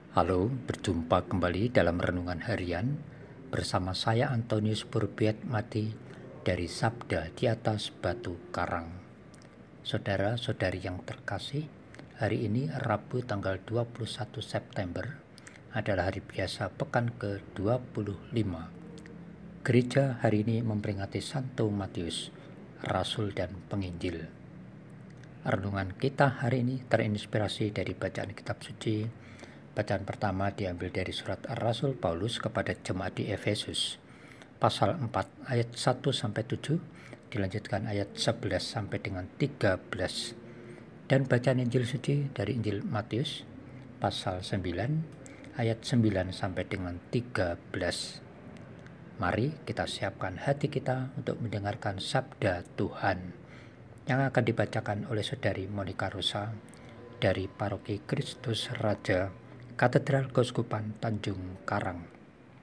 Halo, berjumpa kembali dalam Renungan Harian bersama saya Antonius Purbiat Mati dari Sabda di atas Batu Karang. Saudara-saudari yang terkasih, hari ini Rabu tanggal 21 September adalah hari biasa pekan ke-25. Gereja hari ini memperingati Santo Matius, Rasul dan Penginjil. Renungan kita hari ini terinspirasi dari bacaan kitab suci. Bacaan pertama diambil dari surat Rasul Paulus kepada jemaat di Efesus, pasal 4 ayat 1-7, dilanjutkan ayat 11 sampai dengan 13. Dan bacaan Injil suci dari Injil Matius, pasal 9 ayat 9 sampai dengan 13. Mari kita siapkan hati kita untuk mendengarkan sabda Tuhan yang akan dibacakan oleh Saudari Monica Rosa dari Paroki Kristus Raja, Katedral Keuskupan Tanjung Karang.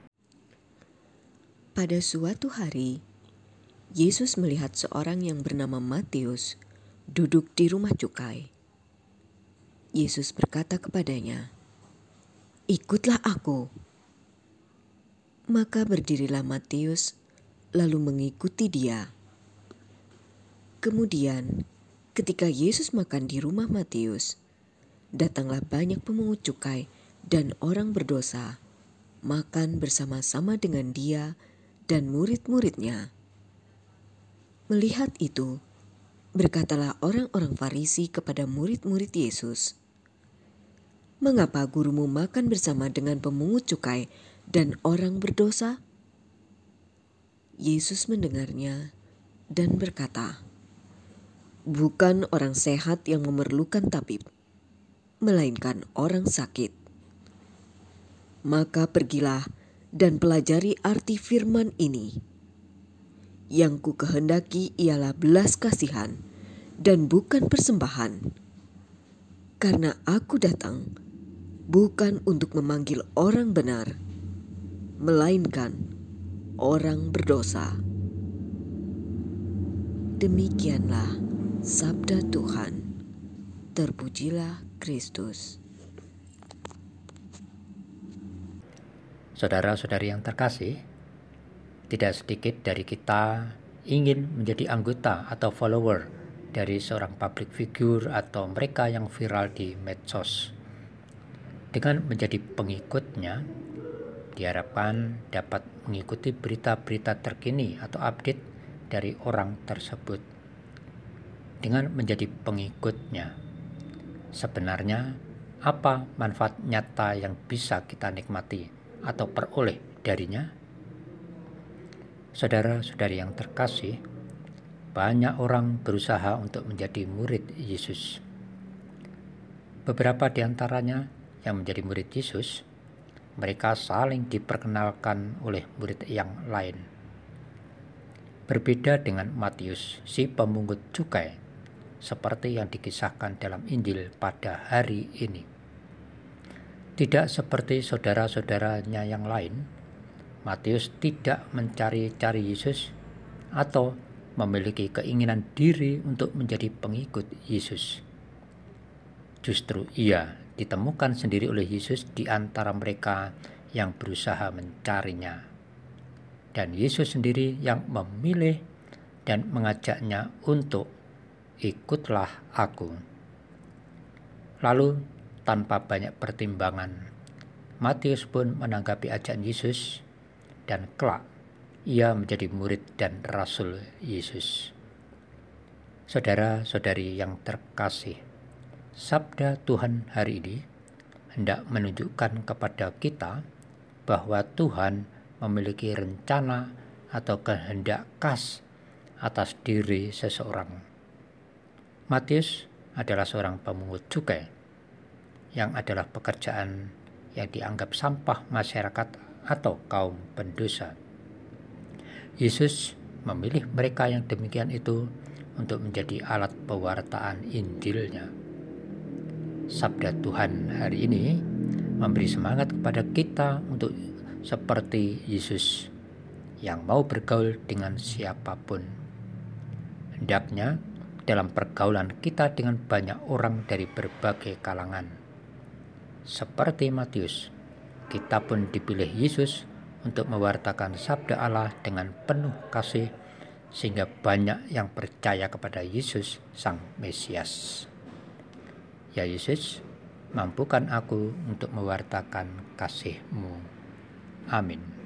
Pada suatu hari, Yesus melihat seorang yang bernama Matius duduk di rumah cukai. Yesus berkata kepadanya, "Ikutlah aku." Maka berdirilah Matius, lalu mengikuti dia. Kemudian, ketika Yesus makan di rumah Matius, datanglah banyak pemungut cukai dan orang berdosa, makan bersama-sama dengan dia dan murid-muridnya. Melihat itu, berkatalah orang-orang Farisi kepada murid-murid Yesus, "Mengapa gurumu makan bersama dengan pemungut cukai dan orang berdosa?" Yesus mendengarnya dan berkata, "Bukan orang sehat yang memerlukan tabib, melainkan orang sakit. Maka pergilah dan pelajari arti firman ini. Yang ku kehendaki ialah belas kasihan dan bukan persembahan. Karena aku datang bukan untuk memanggil orang benar, melainkan orang berdosa." Demikianlah sabda Tuhan. Terpujilah Kristus. Saudara-saudari yang terkasih, tidak sedikit dari kita ingin menjadi anggota atau follower dari seorang public figure atau mereka yang viral di medsos. Dengan menjadi pengikutnya, diharapkan dapat mengikuti berita-berita terkini atau update dari orang tersebut. Dengan menjadi pengikutnya, sebenarnya apa manfaat nyata yang bisa kita nikmati atau peroleh darinya? Saudara-saudari yang terkasih, banyak orang berusaha untuk menjadi murid Yesus. Beberapa di antaranya yang menjadi murid Yesus, mereka saling diperkenalkan oleh murid yang lain. Berbeda dengan Matius, si pemungut cukai, seperti yang dikisahkan dalam Injil pada hari ini. Tidak seperti saudara-saudaranya yang lain, Matius tidak mencari-cari Yesus atau memiliki keinginan diri untuk menjadi pengikut Yesus. Justru ia ditemukan sendiri oleh Yesus di antara mereka yang berusaha mencarinya. Dan Yesus sendiri yang memilih dan mengajaknya untuk "Ikutlah aku." Lalu tanpa banyak pertimbangan, Matius pun menanggapi ajakan Yesus dan kelak ia menjadi murid dan rasul Yesus. Saudara-saudari yang terkasih, sabda Tuhan hari ini hendak menunjukkan kepada kita bahwa Tuhan memiliki rencana atau kehendak khas atas diri seseorang. Matius adalah seorang pemungut cukai yang adalah pekerjaan yang dianggap sampah masyarakat atau kaum pendosa. Yesus memilih mereka yang demikian itu untuk menjadi alat pewartaan Injil-Nya. Sabda Tuhan hari ini memberi semangat kepada kita untuk seperti Yesus yang mau bergaul dengan siapapun. Hendaknya dalam pergaulan kita dengan banyak orang dari berbagai kalangan, Seperti Matius, kita pun dipilih Yesus untuk mewartakan sabda Allah dengan penuh kasih, sehingga banyak yang percaya kepada Yesus Sang Mesias. Ya Yesus, mampukan aku untuk mewartakan kasih-Mu. Amin.